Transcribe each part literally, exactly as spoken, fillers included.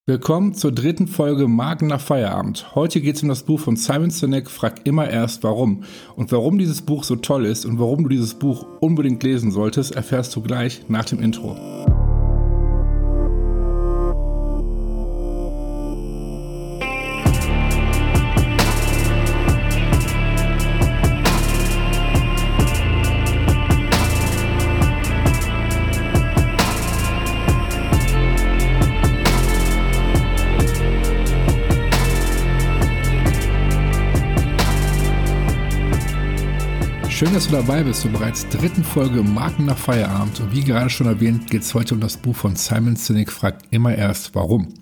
Willkommen zur dritten Folge Marken nach Feierabend. Heute geht es um das Buch von Simon Sinek, Frag immer erst warum. Und warum dieses Buch so toll ist und warum du dieses Buch unbedingt lesen solltest, erfährst du gleich nach dem Intro. Schön, dass du dabei bist zur bereits dritten Folge Marken nach Feierabend. Und wie gerade schon erwähnt, geht es heute um das Buch von Simon Sinek, Frag immer erst warum.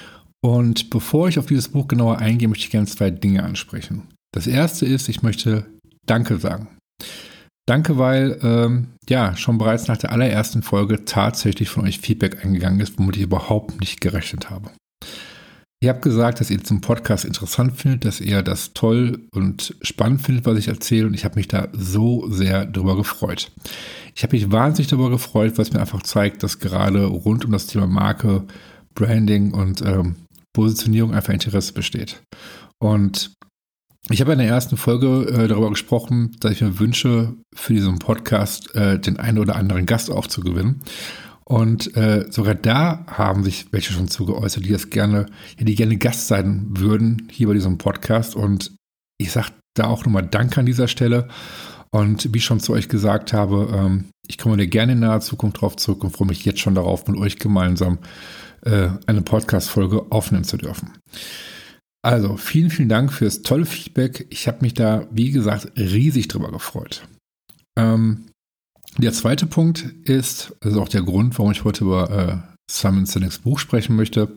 Und bevor ich auf dieses Buch genauer eingehe, möchte ich gerne zwei Dinge ansprechen. Das erste ist, ich möchte Danke sagen. Danke, weil ähm, ja schon bereits nach der allerersten Folge tatsächlich von euch Feedback eingegangen ist, womit ich überhaupt nicht gerechnet habe. Ihr habt gesagt, dass ihr zum Podcast interessant findet, dass ihr das toll und spannend findet, was ich erzähle, und ich habe mich da so sehr drüber gefreut. Ich habe mich wahnsinnig darüber gefreut, weil es mir einfach zeigt, dass gerade rund um das Thema Marke, Branding und ähm, Positionierung einfach Interesse besteht. Und ich habe in der ersten Folge äh, darüber gesprochen, dass ich mir wünsche, für diesen Podcast äh, den einen oder anderen Gast aufzugewinnen. Und äh, sogar da haben sich welche schon zu geäußert, die das gerne, ja, die gerne Gast sein würden hier bei diesem Podcast. Und ich sage da auch nochmal Danke an dieser Stelle. Und wie ich schon zu euch gesagt habe, ähm, ich komme da gerne in naher Zukunft drauf zurück und freue mich jetzt schon darauf, mit euch gemeinsam äh, eine Podcast-Folge aufnehmen zu dürfen. Also vielen, vielen Dank fürs tolle Feedback. Ich habe mich da, wie gesagt, riesig drüber gefreut. Ähm, Der zweite Punkt ist, das ist auch der Grund, warum ich heute über äh, Simon Sineks Buch sprechen möchte.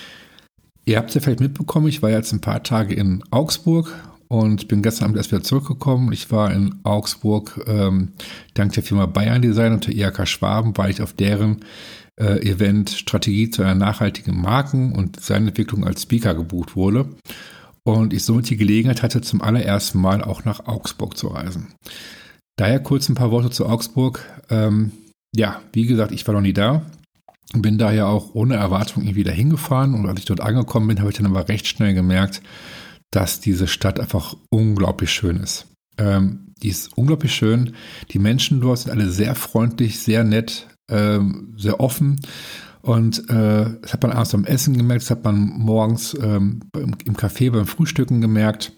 Ihr habt es ja vielleicht mitbekommen, ich war jetzt ein paar Tage in Augsburg und bin gestern Abend erst wieder zurückgekommen. Ich war in Augsburg ähm, dank der Firma Bayern Design und der I H K Schwaben, weil ich auf deren äh, Event Strategie zu einer nachhaltigen Marken- und Designentwicklung als Speaker gebucht wurde. Und ich somit die Gelegenheit hatte, zum allerersten Mal auch nach Augsburg zu reisen. Daher kurz ein paar Worte zu Augsburg. Ähm, ja, wie gesagt, ich war noch nie da. Bin daher auch ohne Erwartung irgendwie da hingefahren. Und als ich dort angekommen bin, habe ich dann aber recht schnell gemerkt, dass diese Stadt einfach unglaublich schön ist. Ähm, die ist unglaublich schön. Die Menschen dort sind alle sehr freundlich, sehr nett, ähm, sehr offen. Und äh, das hat man abends beim Essen gemerkt, das hat man morgens ähm, im, im Café beim Frühstücken gemerkt.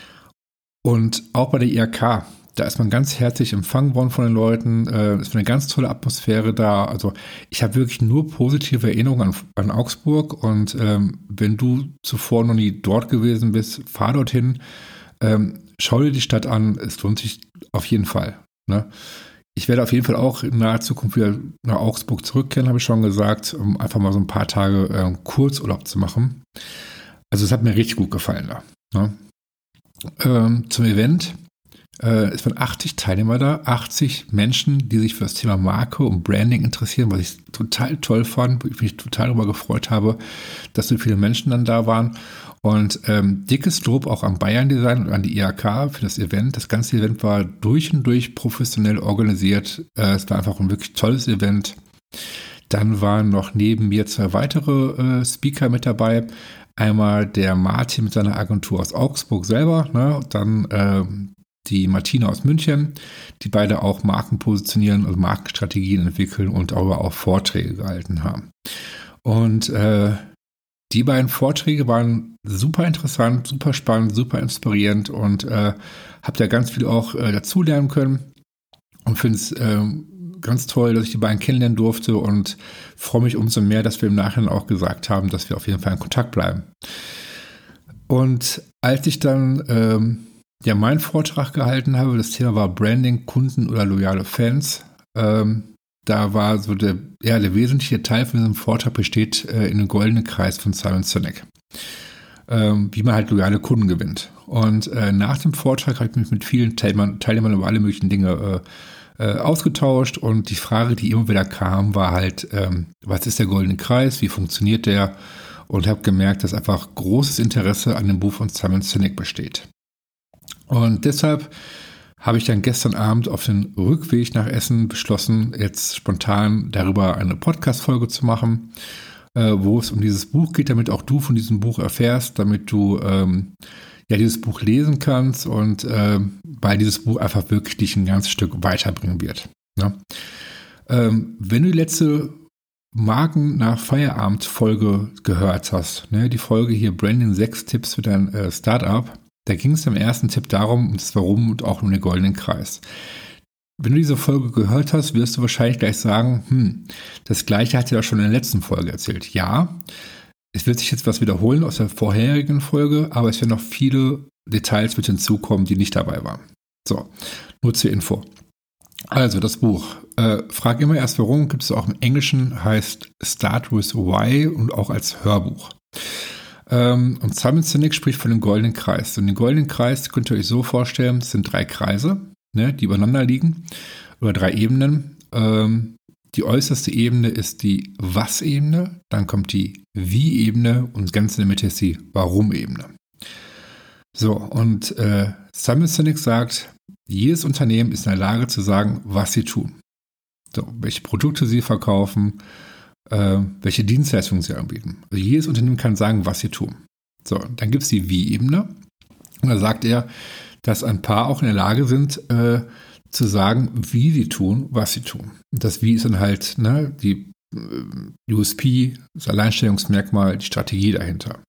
Und auch bei der I H K. Da ist man ganz herzlich empfangen worden von den Leuten. Es ist eine ganz tolle Atmosphäre da. Also ich habe wirklich nur positive Erinnerungen an, an Augsburg. Und ähm, wenn du zuvor noch nie dort gewesen bist, fahr dorthin. Ähm, schau dir die Stadt an. Es lohnt sich auf jeden Fall. Ne? Ich werde auf jeden Fall auch in naher Zukunft wieder nach Augsburg zurückkehren, habe ich schon gesagt, um einfach mal so ein paar Tage äh, Kurzurlaub zu machen. Also es hat mir richtig gut gefallen da. Ne? Ähm, zum Event. Es waren achtzig Teilnehmer da, achtzig Menschen, die sich für das Thema Marke und Branding interessieren, was ich total toll fand, wo ich mich total darüber gefreut habe, dass so viele Menschen dann da waren. Und ähm, dickes Lob auch am Bayern Design und an die I H K für das Event. Das ganze Event war durch und durch professionell organisiert. Äh, es war einfach ein wirklich tolles Event. Dann waren noch neben mir zwei weitere äh, Speaker mit dabei. Einmal der Martin mit seiner Agentur aus Augsburg selber, ne? Dann ähm, die Martina aus München, die beide auch Marken positionieren, also Markenstrategien entwickeln und aber auch Vorträge gehalten haben. Und äh, die beiden Vorträge waren super interessant, super spannend, super inspirierend und äh, habe da ganz viel auch äh, dazulernen können und finde es äh, ganz toll, dass ich die beiden kennenlernen durfte und freue mich umso mehr, dass wir im Nachhinein auch gesagt haben, dass wir auf jeden Fall in Kontakt bleiben. Und als ich dann ähm, ja meinen Vortrag gehalten habe, das Thema war Branding, Kunden oder loyale Fans. Ähm, da war so der, ja, der wesentliche Teil von diesem Vortrag besteht äh, in dem goldenen Kreis von Simon Sinek. Ähm, wie man halt loyale Kunden gewinnt. Und äh, nach dem Vortrag habe ich mich mit vielen Teilnehmern, Teilnehmern über alle möglichen Dinge äh, äh, ausgetauscht und die Frage, die immer wieder kam, war halt, ähm, was ist der goldene Kreis, wie funktioniert der? Und habe gemerkt, dass einfach großes Interesse an dem Buch von Simon Sinek besteht. Und deshalb habe ich dann gestern Abend auf den Rückweg nach Essen beschlossen, jetzt spontan darüber eine Podcast-Folge zu machen. äh, wo es um dieses Buch geht, damit auch du von diesem Buch erfährst, damit du ähm, ja dieses Buch lesen kannst und äh, weil dieses Buch einfach wirklich dich ein ganzes Stück weiterbringen wird. Ne? Ähm, wenn du die letzte Marken nach Feierabend Folge gehört hast, ne, die Folge hier Branding sechs Tipps für dein äh, Startup, da ging es im ersten Tipp darum, um das Warum und auch um den goldenen Kreis. Wenn du diese Folge gehört hast, wirst du wahrscheinlich gleich sagen, hm, das Gleiche hat sie ja schon in der letzten Folge erzählt. Ja, es wird sich jetzt was wiederholen aus der vorherigen Folge, aber es werden noch viele Details mit hinzukommen, die nicht dabei waren. So, nur zur Info. Also das Buch. Äh, Frag immer erst warum, gibt es auch im Englischen, heißt Start with Why und auch als Hörbuch. Ähm, und Simon Sinek spricht von dem goldenen Kreis. Und den goldenen Kreis könnt ihr euch so vorstellen, es sind drei Kreise, ne, die übereinander liegen, oder drei Ebenen. Ähm, die äußerste Ebene ist die Was-Ebene, dann kommt die Wie-Ebene und ganz in der Mitte ist die Warum-Ebene. So, und äh, Simon Sinek sagt, jedes Unternehmen ist in der Lage zu sagen, was sie tun. So, welche Produkte sie verkaufen, äh, welche Dienstleistungen sie anbieten. Also jedes Unternehmen kann sagen, was sie tun. So, dann gibt es die Wie-Ebene. Und da sagt er, dass ein paar auch in der Lage sind, äh, zu sagen, wie sie tun, was sie tun. Und das Wie ist dann halt ne, die äh, U S P, das Alleinstellungsmerkmal, die Strategie dahinter.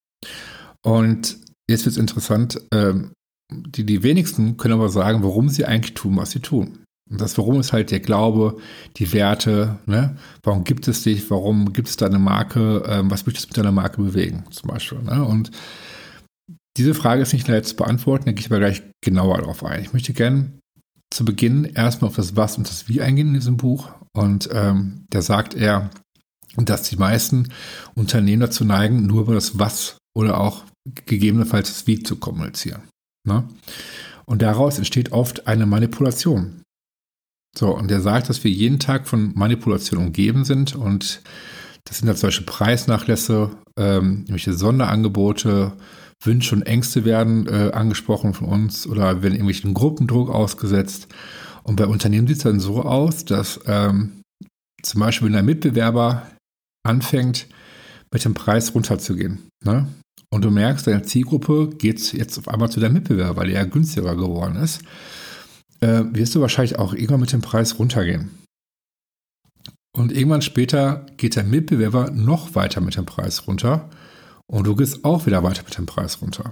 Und jetzt wird es interessant, äh, die, die wenigsten können aber sagen, warum sie eigentlich tun, was sie tun. Und das Warum ist halt der Glaube, die Werte, ne? Warum gibt es dich, warum gibt es deine Marke, ähm, was möchtest du mit deiner Marke bewegen, zum Beispiel. Ne? Und diese Frage ist nicht leicht zu beantworten, da gehe ich aber gleich genauer darauf ein. Ich möchte gerne zu Beginn erstmal auf das Was und das Wie eingehen in diesem Buch. Und ähm, da sagt er, dass die meisten Unternehmen dazu neigen, nur über das Was oder auch gegebenenfalls das Wie zu kommunizieren. Ne? Und daraus entsteht oft eine Manipulation. So, und er sagt, dass wir jeden Tag von Manipulation umgeben sind und das sind ja zum Beispiel Preisnachlässe, ähm, irgendwelche Sonderangebote, Wünsche und Ängste werden äh, angesprochen von uns oder werden irgendwelchen Gruppendruck ausgesetzt. Und bei Unternehmen sieht es dann so aus, dass ähm, zum Beispiel, wenn ein Mitbewerber anfängt, mit dem Preis runterzugehen, ne? Und du merkst, deine Zielgruppe geht jetzt auf einmal zu deinem Mitbewerber, weil er günstiger geworden ist, äh, wirst du wahrscheinlich auch irgendwann mit dem Preis runtergehen. Und irgendwann später geht der Mitbewerber noch weiter mit dem Preis runter und du gehst auch wieder weiter mit dem Preis runter.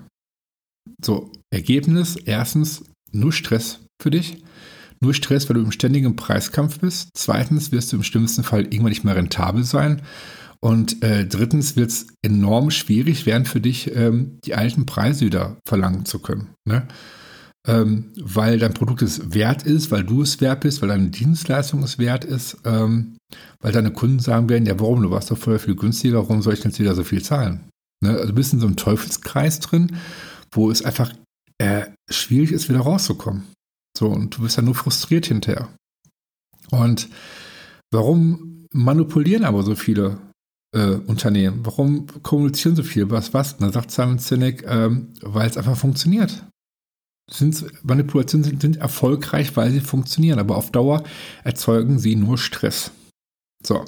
So, Ergebnis, erstens, nur Stress für dich. Nur Stress, weil du im ständigen Preiskampf bist. Zweitens wirst du im schlimmsten Fall irgendwann nicht mehr rentabel sein. Und äh, drittens wird es enorm schwierig werden für dich, ähm, die alten Preise wieder verlangen zu können. Ne? Ähm, weil dein Produkt es wert ist, weil du es wert bist, weil deine Dienstleistung es wert ist, ähm, weil deine Kunden sagen werden, ja warum, du warst doch vorher viel günstiger, warum soll ich denn jetzt wieder so viel zahlen? Ne? Also du bist in so einem Teufelskreis drin, wo es einfach äh, schwierig ist, wieder rauszukommen. So, und du bist ja nur frustriert hinterher. Und warum manipulieren aber so viele äh, Unternehmen? Warum kommunizieren so viel? Was, was? Da sagt Simon Sinek, ähm, weil es einfach funktioniert. Sind, Manipulationen sind, sind erfolgreich, weil sie funktionieren, aber auf Dauer erzeugen sie nur Stress. So.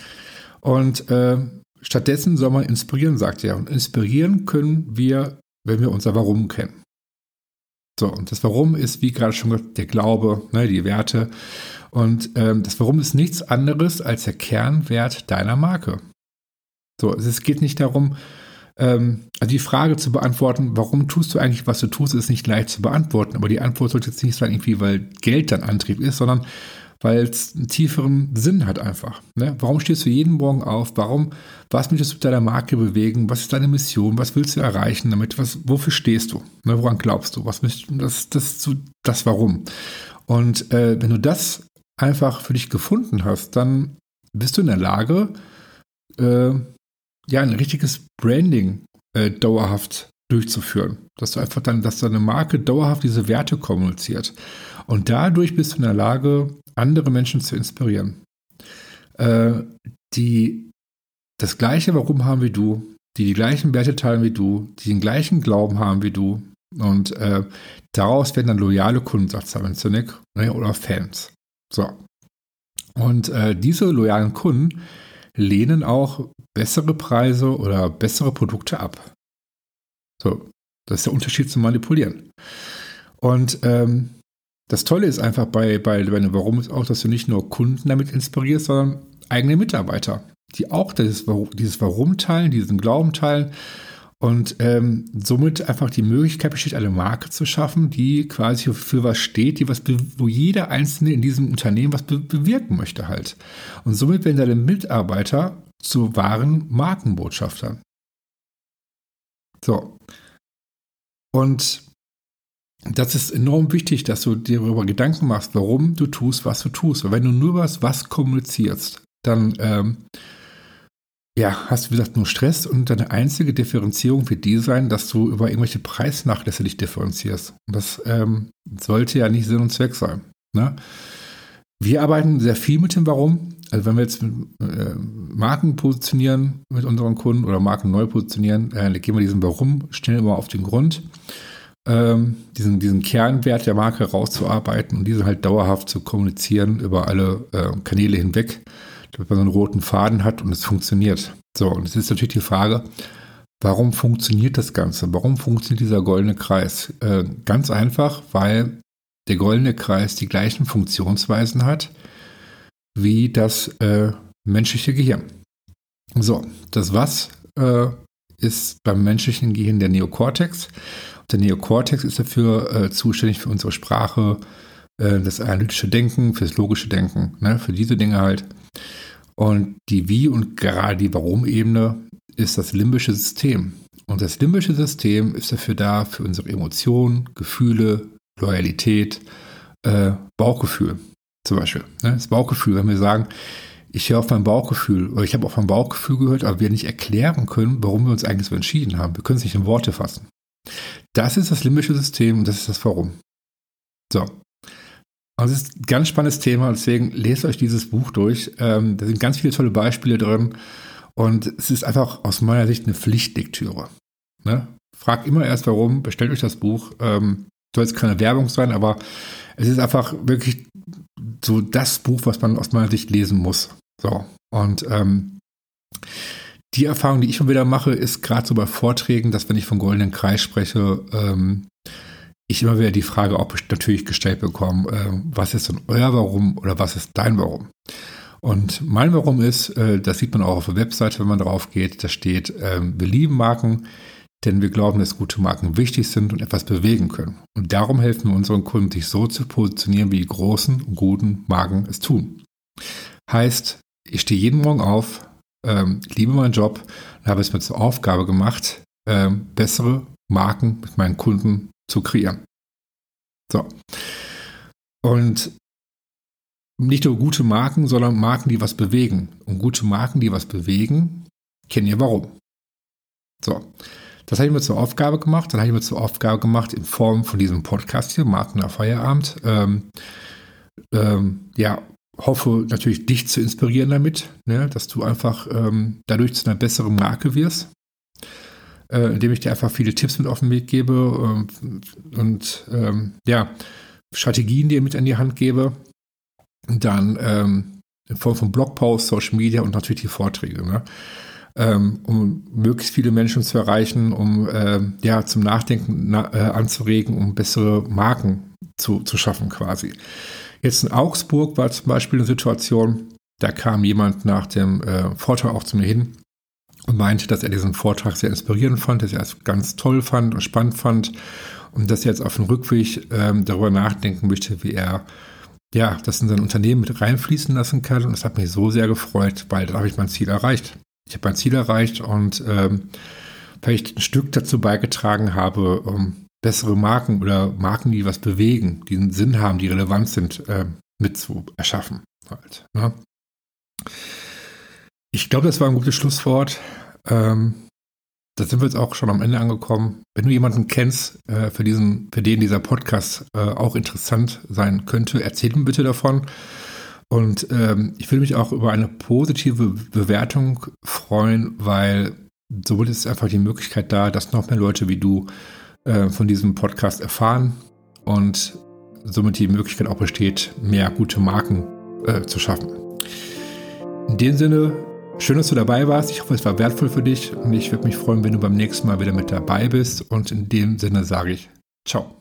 Und äh, stattdessen soll man inspirieren, sagt er. Und inspirieren können wir, wenn wir unser Warum kennen. So, und das Warum ist, wie gerade schon gesagt, der Glaube, ne, die Werte. Und ähm, das Warum ist nichts anderes als der Kernwert deiner Marke. So, es geht nicht darum, ähm, also die Frage zu beantworten, warum tust du eigentlich, was du tust, ist nicht leicht zu beantworten. Aber die Antwort sollte jetzt nicht sein, irgendwie, weil Geld dein Antrieb ist, sondern weil es einen tieferen Sinn hat einfach. Ne? Warum stehst du jeden Morgen auf? Warum, was möchtest du mit deiner Marke bewegen? Was ist deine Mission? Was willst du erreichen damit? Was, wofür stehst du? Ne? Woran glaubst du? Was möchtest du? Das, das, das, das Warum. Und äh, wenn du das einfach für dich gefunden hast, dann bist du in der Lage, äh, ja, ein richtiges Branding äh, dauerhaft durchzuführen. Dass du einfach dann, dass deine Marke dauerhaft diese Werte kommuniziert. Und dadurch bist du in der Lage, andere Menschen zu inspirieren. Äh, die das gleiche Warum haben wie du, die die gleichen Werte teilen wie du, die den gleichen Glauben haben wie du. Und äh, daraus werden dann loyale Kunden, sagt Simon Sinek, ne, oder Fans. So. Und äh, diese loyalen Kunden, lehnen auch bessere Preise oder bessere Produkte ab. So, das ist der Unterschied zum Manipulieren. Und ähm, das Tolle ist einfach bei, bei, bei einem Warum ist auch, dass du nicht nur Kunden damit inspirierst, sondern eigene Mitarbeiter, die auch dieses, dieses Warum teilen, diesen Glauben teilen und ähm, somit einfach die Möglichkeit besteht, eine Marke zu schaffen, die quasi für, für was steht, die was, wo jeder Einzelne in diesem Unternehmen was be- bewirken möchte halt. Und somit werden deine Mitarbeiter zu wahren Markenbotschaftern. So. Und das ist enorm wichtig, dass du dir darüber Gedanken machst, warum du tust, was du tust. Weil wenn du nur was, was kommunizierst, dann ähm, ja, hast du, wie gesagt, nur Stress und deine einzige Differenzierung wird die sein, dass du über irgendwelche Preisnachlässe dich differenzierst. Und das ähm, sollte ja nicht Sinn und Zweck sein. Ne? Wir arbeiten sehr viel mit dem Warum. Also wenn wir jetzt äh, Marken positionieren mit unseren Kunden oder Marken neu positionieren, äh, gehen wir diesem Warum schnell immer auf den Grund. Ähm, diesen, diesen Kernwert der Marke rauszuarbeiten und diese halt dauerhaft zu kommunizieren über alle äh, Kanäle hinweg, damit man so einen roten Faden hat und es funktioniert. So, und es ist natürlich die Frage, warum funktioniert das Ganze? Warum funktioniert dieser goldene Kreis? Äh, ganz einfach, weil der goldene Kreis die gleichen Funktionsweisen hat wie das äh, menschliche Gehirn. So, das Was äh, ist beim menschlichen Gehirn der Neokortex. Der Neokortex ist dafür äh, zuständig für unsere Sprache, äh, das analytische Denken, fürs logische Denken, ne, für diese Dinge halt. Und die Wie- und gerade die Warum-Ebene ist das limbische System. Und das limbische System ist dafür da, für unsere Emotionen, Gefühle, Loyalität, äh, Bauchgefühl zum Beispiel. Ne, das Bauchgefühl, wenn wir sagen, ich höre auf mein Bauchgefühl oder ich habe auf mein Bauchgefühl gehört, aber wir nicht erklären können, warum wir uns eigentlich so entschieden haben. Wir können es nicht in Worte fassen. Das ist das limbische System und das ist das Warum. So. Also das ist ein ganz spannendes Thema, deswegen lest euch dieses Buch durch. Ähm, da sind ganz viele tolle Beispiele drin und es ist einfach aus meiner Sicht eine Pflichtlektüre. Ne? Fragt immer erst warum, bestellt euch das Buch. Ähm, soll jetzt keine Werbung sein, aber es ist einfach wirklich so das Buch, was man aus meiner Sicht lesen muss. So. Und ähm, die Erfahrung, die ich schon wieder mache, ist gerade so bei Vorträgen, dass wenn ich vom goldenen Kreis spreche, ähm, ich immer wieder die Frage auch natürlich gestellt bekomme, äh, was ist denn euer Warum oder was ist dein Warum? Und mein Warum ist, äh, das sieht man auch auf der Webseite, wenn man drauf geht, da steht, äh, wir lieben Marken, denn wir glauben, dass gute Marken wichtig sind und etwas bewegen können. Und darum helfen wir unseren Kunden, sich so zu positionieren, wie die großen und guten Marken es tun. Heißt, ich stehe jeden Morgen auf, ähm, liebe meinen Job und habe es mir zur Aufgabe gemacht, ähm, bessere Marken mit meinen Kunden zu kreieren. So. Und nicht nur gute Marken, sondern Marken, die was bewegen. Und gute Marken, die was bewegen, kennen ihr Warum. So. Das habe ich mir zur Aufgabe gemacht. Dann habe ich mir zur Aufgabe gemacht, in Form von diesem Podcast hier, Marken nach Feierabend, ähm, ähm, ja, hoffe natürlich, dich zu inspirieren damit, ne, dass du einfach ähm, dadurch zu einer besseren Marke wirst, äh, indem ich dir einfach viele Tipps mit auf den Weg gebe äh, und ähm, ja, Strategien dir mit an die Hand gebe. Und dann ähm, in Form von Blogposts, Social Media und natürlich die Vorträge, ne? Ähm, um möglichst viele Menschen zu erreichen, um äh, ja, zum Nachdenken na, äh, anzuregen, um bessere Marken zu, zu schaffen quasi. Jetzt in Augsburg war zum Beispiel eine Situation, da kam jemand nach dem äh, Vortrag auch zu mir hin und meinte, dass er diesen Vortrag sehr inspirierend fand, dass er es ganz toll fand und spannend fand und dass er jetzt auf dem Rückweg äh, darüber nachdenken möchte, wie er ja, das in sein Unternehmen mit reinfließen lassen kann. Und das hat mich so sehr gefreut, weil da habe ich mein Ziel erreicht. Ich habe mein Ziel erreicht und ähm, weil ich ein Stück dazu beigetragen habe, um bessere Marken oder Marken, die was bewegen, die einen Sinn haben, die relevant sind, äh, mit zu erschaffen. Halt, ne? Ich glaube, das war ein gutes Schlusswort. Ähm, da sind wir jetzt auch schon am Ende angekommen. Wenn du jemanden kennst, äh, für, diesen, für den dieser Podcast äh, auch interessant sein könnte, erzähl ihm bitte davon. Und ähm, ich würde mich auch über eine positive Bewertung freuen, weil somit ist einfach die Möglichkeit da, dass noch mehr Leute wie du äh, von diesem Podcast erfahren und somit die Möglichkeit auch besteht, mehr gute Marken äh, zu schaffen. In dem Sinne, Schön, dass du dabei warst. Ich hoffe, es war wertvoll für dich und ich würde mich freuen, wenn du beim nächsten Mal wieder mit dabei bist. Und in dem Sinne sage ich ciao.